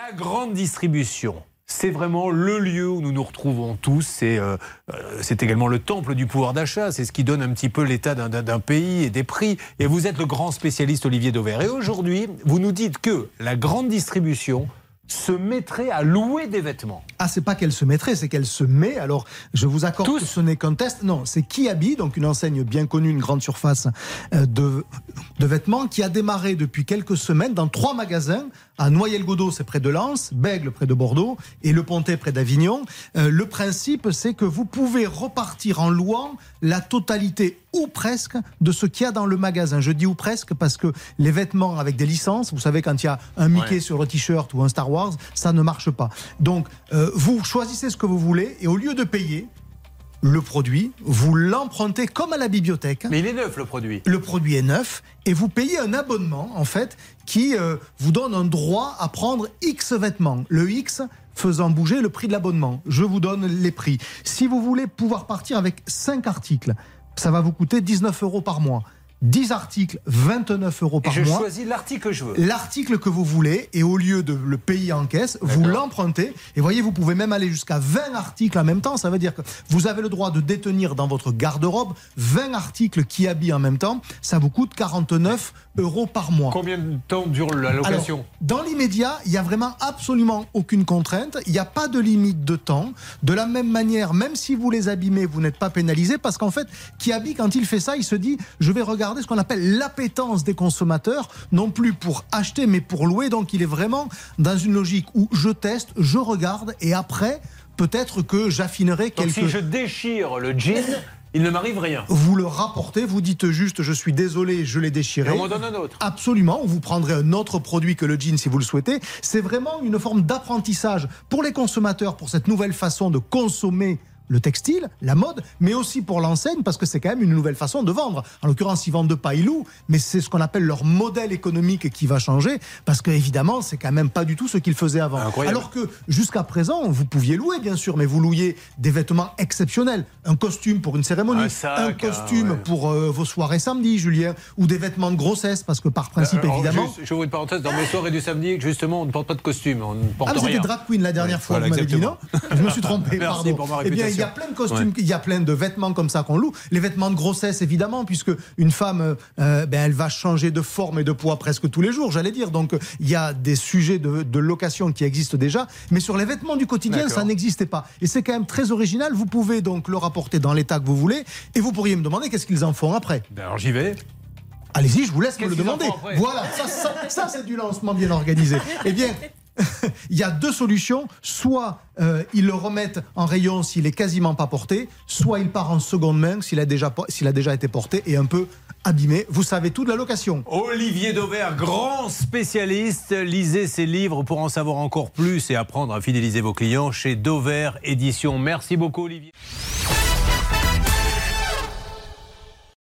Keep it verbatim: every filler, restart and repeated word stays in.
La grande distribution, c'est vraiment le lieu où nous nous retrouvons tous. C'est euh, c'est également le temple du pouvoir d'achat. C'est ce qui donne un petit peu l'état d'un, d'un pays et des prix. Et vous êtes le grand spécialiste Olivier Dauvert. Et aujourd'hui, vous nous dites que la grande distribution se mettrait à louer des vêtements. Ah, c'est pas qu'elle se mettrait, c'est qu'elle se met. Alors, je vous accorde Tous. que ce n'est qu'un test. Non, c'est Kiabi, donc une enseigne bien connue, une grande surface de, de vêtements, qui a démarré depuis quelques semaines dans trois magasins, à Noyelles-Godault, c'est près de Lens, Bègles, près de Bordeaux, et Le Pontet, près d'Avignon. Euh, le principe, c'est que vous pouvez repartir en louant la totalité, ou presque, de ce qu'il y a dans le magasin. Je dis ou presque parce que les vêtements avec des licences, vous savez, quand il y a un Mickey ouais. sur le t-shirt ou un Star Wars, ça ne marche pas. Donc, euh, vous choisissez ce que vous voulez, et au lieu de payer le produit, vous l'empruntez comme à la bibliothèque. Mais il est neuf, le produit. Le produit est neuf, et vous payez un abonnement, en fait, qui euh, vous donne un droit à prendre X vêtements. Le X faisant bouger le prix de l'abonnement. Je vous donne les prix. Si vous voulez pouvoir partir avec cinq articles, ça va vous coûter dix-neuf euros par mois. dix articles, vingt-neuf euros par et je mois. Je choisis l'article que je veux. L'article que vous voulez, et au lieu de le payer en caisse, D'accord. vous l'empruntez. Et voyez, vous pouvez même aller jusqu'à vingt articles en même temps. Ça veut dire que vous avez le droit de détenir dans votre garde-robe vingt articles qui habillent en même temps. Ça vous coûte quarante-neuf euros par mois. Combien de temps dure la location ? Alors, dans l'immédiat, il n'y a vraiment absolument aucune contrainte. Il n'y a pas de limite de temps. De la même manière, même si vous les abîmez, vous n'êtes pas pénalisé, parce qu'en fait, Kiabi, quand il fait ça, il se dit, je vais regarder ce qu'on appelle l'appétence des consommateurs, non plus pour acheter, mais pour louer. Donc, il est vraiment dans une logique où je teste, je regarde, et après, peut-être que j'affinerai quelque... Donc, si je déchire le jean... il ne m'arrive rien. Vous le rapportez, vous dites juste je suis désolé, je l'ai déchiré. Et on m'en donne un autre. Absolument, vous prendrez un autre produit que le jean si vous le souhaitez. C'est vraiment une forme d'apprentissage pour les consommateurs, pour cette nouvelle façon de consommer le textile, la mode, mais aussi pour l'enseigne, parce que c'est quand même une nouvelle façon de vendre. En l'occurrence, ils vendent pas, ils louent, mais c'est ce qu'on appelle leur modèle économique qui va changer, parce que évidemment, c'est quand même pas du tout ce qu'ils faisaient avant. Incroyable. Alors que jusqu'à présent, vous pouviez louer, bien sûr, mais vous louiez des vêtements exceptionnels, un costume pour une cérémonie, un, sac, un costume ah, ouais. pour euh, vos soirées samedi, Julien, ou des vêtements de grossesse, parce que par principe, Alors, évidemment... Juste, je vous une parenthèse, dans mes soirées du samedi, justement, on ne porte pas de costume, on ne porte ah, vous rien. étiez drag queen la dernière ouais, fois, voilà, vous m'avez dit non. Je me suis trompé, Merci pardon. pour ma Eh bien, il y a plein de costumes, ouais. il y a plein de vêtements comme ça qu'on loue. Les vêtements de grossesse, évidemment, puisque une femme, euh, ben, elle va changer de forme et de poids presque tous les jours, j'allais dire. Donc, il y a des sujets de, de location qui existent déjà. Mais sur les vêtements du quotidien, D'accord. ça n'existait pas. Et c'est quand même très original. Vous pouvez donc le rapporter dans l'état que vous voulez. Et vous pourriez me demander qu'est-ce qu'ils en font après. Ben alors, j'y vais. Allez-y, je vous laisse me le demander. Voilà, ça, ça, ça c'est du lancement bien organisé. Eh bien... il y a deux solutions, soit euh, ils le remettent en rayon s'il est quasiment pas porté, soit il part en seconde main s'il a déjà, s'il a déjà été porté et un peu abîmé. Vous savez tout de la location. Olivier Dauvert, grand spécialiste, lisez ses livres pour en savoir encore plus et apprendre à fidéliser vos clients chez Dauvert Éditions. Merci beaucoup Olivier.